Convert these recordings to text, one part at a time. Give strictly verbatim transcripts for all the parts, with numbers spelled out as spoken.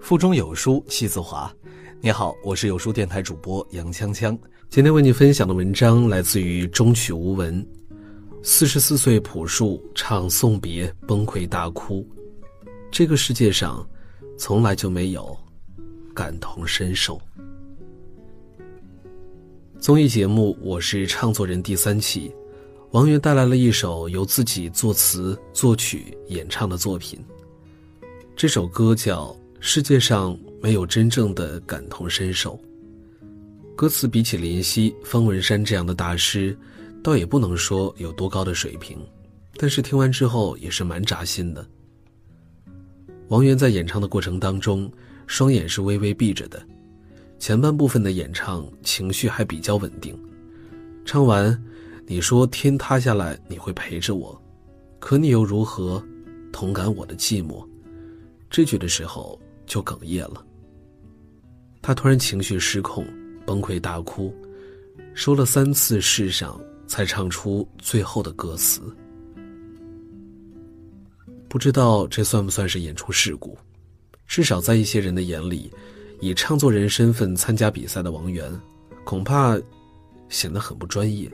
腹中有书气自华。你好，我是有书电台主播杨锵锵。今天为你分享的文章来自于中曲无闻。四十四岁朴树唱送别崩溃大哭，这个世界上从来就没有感同身受。综艺节目《我是唱作人》第三期，王源带来了一首由自己作词作曲演唱的作品。这首歌叫《世界上没有真正的感同身受》。歌词比起林夕、方文山这样的大师，倒也不能说有多高的水平，但是听完之后也是蛮扎心的。王源在演唱的过程当中，双眼是微微闭着的，前半部分的演唱情绪还比较稳定。唱完，你说天塌下来你会陪着我，可你又如何同感我的寂寞？这句的时候就哽咽了。他突然情绪失控，崩溃大哭，说了三次世上才唱出最后的歌词。不知道这算不算是演出事故，至少在一些人的眼里，以唱作人身份参加比赛的王源恐怕显得很不专业。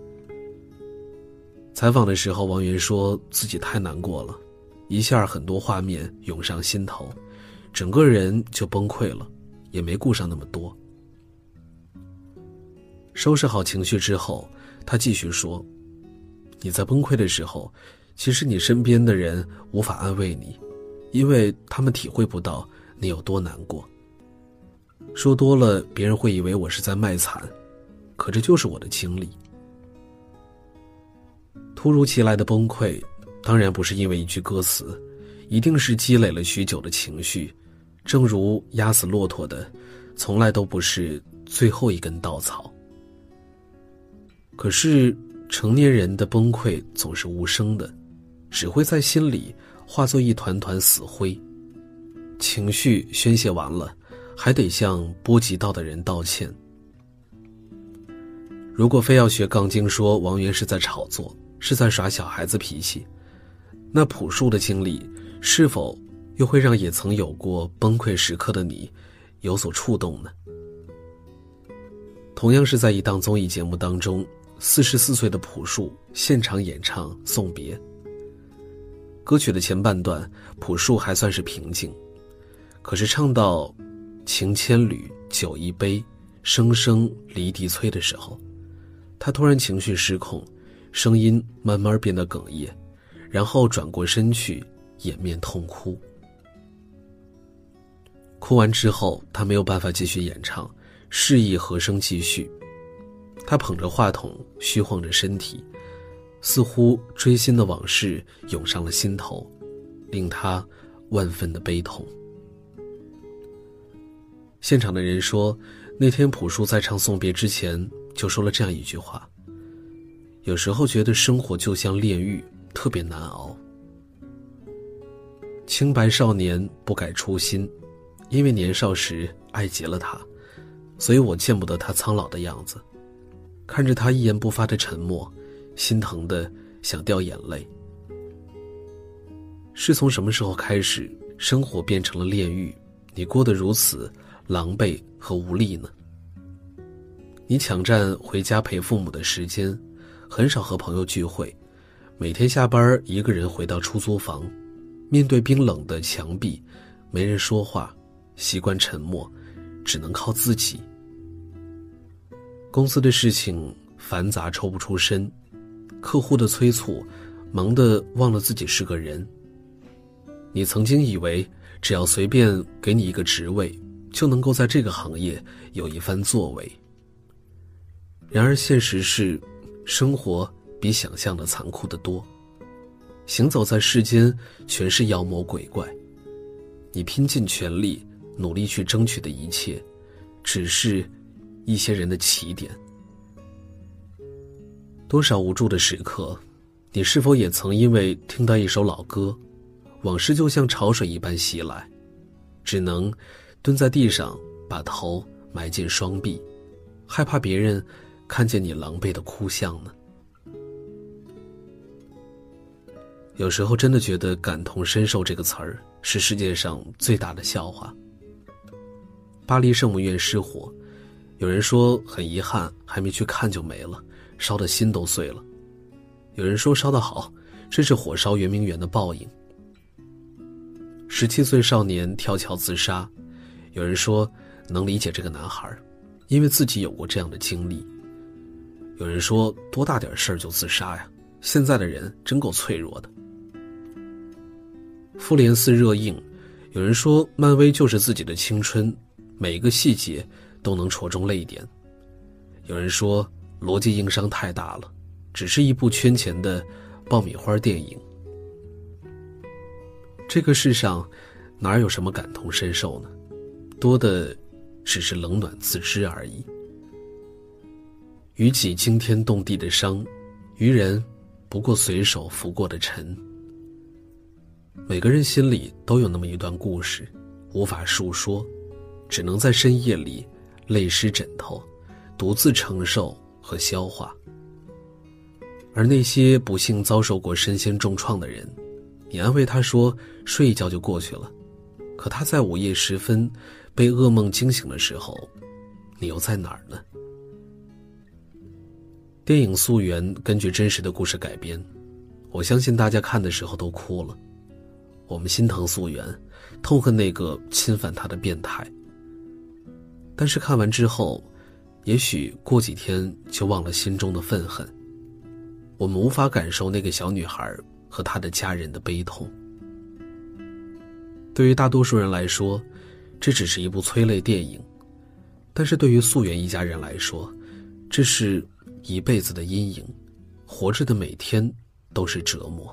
采访的时候，王源说自己太难过了，一下很多画面涌上心头，整个人就崩溃了，也没顾上那么多。收拾好情绪之后，他继续说，你在崩溃的时候，其实你身边的人无法安慰你，因为他们体会不到你有多难过。说多了别人会以为我是在卖惨，可这就是我的经历。突如其来的崩溃当然不是因为一句歌词，一定是积累了许久的情绪，正如压死骆驼的从来都不是最后一根稻草。可是成年人的崩溃总是无声的，只会在心里化作一团团死灰。情绪宣泄完了，还得向波及到的人道歉。如果非要学杠精说王源是在炒作，是在耍小孩子脾气，那朴树的经历是否又会让也曾有过崩溃时刻的你有所触动呢？同样是在一档综艺节目当中，四十四岁的朴树现场演唱《送别》。歌曲的前半段，朴树还算是平静，可是唱到情千缕酒一杯，声声离笛催的时候，他突然情绪失控，声音慢慢变得哽咽，然后转过身去掩面痛哭。哭完之后，他没有办法继续演唱，示意和声继续。他捧着话筒，虚晃着身体，似乎锥心的往事涌上了心头，令他万分的悲痛。现场的人说，那天朴树在唱送别之前就说了这样一句话，有时候觉得生活就像炼狱，特别难熬。清白少年不改初心，因为年少时爱极了他，所以我见不得他苍老的样子，看着他一言不发的沉默，心疼的想掉眼泪。是从什么时候开始，生活变成了炼狱，你过得如此狼狈和无力呢？你抢占回家陪父母的时间，很少和朋友聚会，每天下班一个人回到出租房，面对冰冷的墙壁，没人说话，习惯沉默，只能靠自己。公司的事情繁杂抽不出身，客户的催促忙得忘了自己是个人。你曾经以为只要随便给你一个职位，就能够在这个行业有一番作为。然而现实是，生活比想象的残酷得多，行走在世间全是妖魔鬼怪，你拼尽全力努力去争取的一切，只是一些人的起点。多少无助的时刻，你是否也曾因为听到一首老歌，往事就像潮水一般袭来，只能蹲在地上把头埋进双臂，害怕别人看见你狼狈的哭相呢？有时候真的觉得感同身受这个词儿是世界上最大的笑话。 巴黎圣母院失火，有人说很遗憾，还没去看就没了，烧得心都碎了。有人说烧得好，这是火烧圆明园的报应。十七岁少年跳桥自杀，有人说能理解这个男孩，因为自己有过这样的经历。有人说多大点事儿就自杀呀，现在的人真够脆弱的。复联四热映，有人说漫威就是自己的青春，每一个细节都能戳中泪点。有人说逻辑硬伤太大了，只是一部圈钱的爆米花电影。这个世上哪有什么感同身受呢？多的只是冷暖自知而已。于己惊天动地的伤，于人不过随手拂过的尘。每个人心里都有那么一段故事，无法述说，只能在深夜里泪湿枕头，独自承受和消化。而那些不幸遭受过身心重创的人，你安慰他说睡一觉就过去了，可他在午夜时分被噩梦惊醒的时候，你又在哪儿呢？电影《溯源》根据真实的故事改编，我相信大家看的时候都哭了。我们心疼溯源，痛恨那个侵犯他的变态。但是看完之后，也许过几天就忘了心中的愤恨。我们无法感受那个小女孩和她的家人的悲痛。对于大多数人来说，这只是一部催泪电影，但是对于溯源一家人来说，这是一辈子的阴影，活着的每天都是折磨。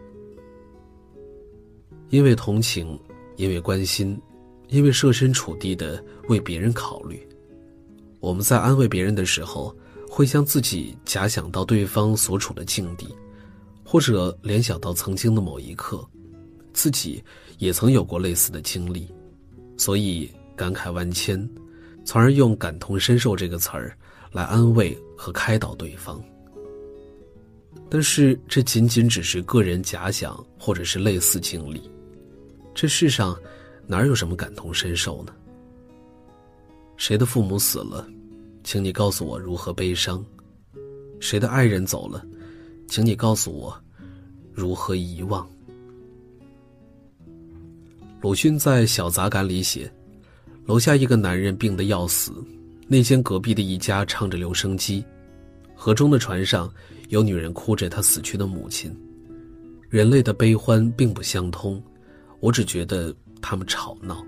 因为同情，因为关心，因为设身处地的为别人考虑，我们在安慰别人的时候，会将自己假想到对方所处的境地，或者联想到曾经的某一刻，自己也曾有过类似的经历，所以感慨万千，从而用感同身受这个词儿来安慰和开导对方。但是这仅仅只是个人假想或者是类似经历，这世上哪有什么感同身受呢？谁的父母死了，请你告诉我如何悲伤；谁的爱人走了，请你告诉我如何遗忘。鲁迅在《小杂感》里写，楼下一个男人病得要死，那间隔壁的一家唱着留声机，河中的船上有女人哭着她死去的母亲。人类的悲欢并不相通，我只觉得他们吵闹。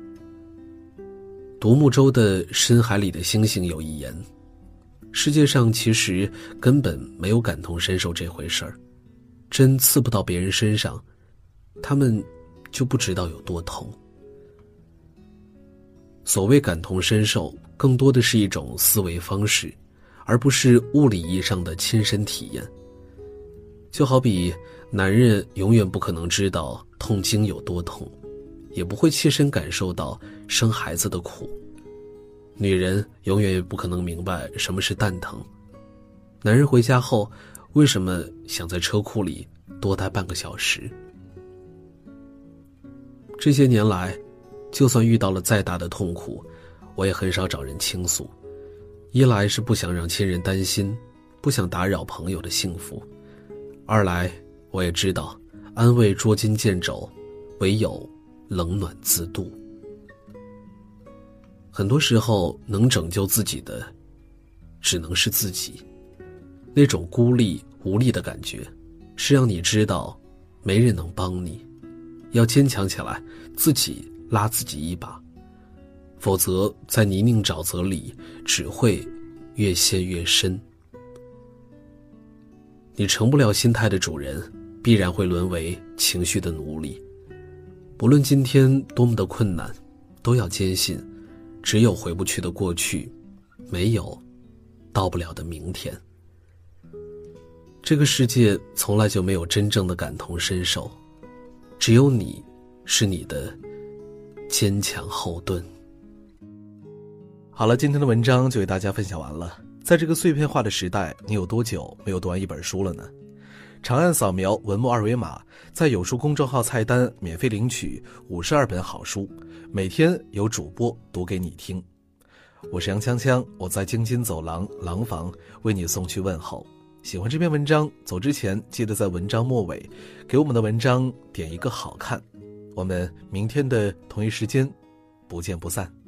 独木舟的《深海里的星星》有一言，世界上其实根本没有感同身受这回事儿，针刺不到别人身上，他们就不知道有多痛。所谓感同身受，更多的是一种思维方式，而不是物理意义上的亲身体验。就好比男人永远不可能知道痛经有多痛，也不会切身感受到生孩子的苦。女人永远也不可能明白什么是蛋疼。男人回家后为什么想在车库里多待半个小时？这些年来，就算遇到了再大的痛苦，我也很少找人倾诉。一来是不想让亲人担心，不想打扰朋友的幸福；二来我也知道安慰捉襟见肘，唯有冷暖自度。很多时候能拯救自己的只能是自己，那种孤立无力的感觉是让你知道没人能帮你，要坚强起来，自己拉自己一把，否则在泥泞沼泽里只会越陷越深。你成不了心态的主人，必然会沦为情绪的奴隶。不论今天多么的困难，都要坚信只有回不去的过去，没有到不了的明天。这个世界从来就没有真正的感同身受，只有你是你的坚强后盾。 好了，今天的文章就给大家分享完了。在这个碎片化的时代，你有多久没有读完一本书了呢？ 长按扫描文末二维码，在有书公众号菜单免费领取五十二本好书，每天有主播读给你听。我是杨锵锵，我在京津走廊廊坊为你送去问候。喜欢这篇文章，走之前记得在文章末尾给我们的文章点一个好看。我们明天的同一时间不见不散。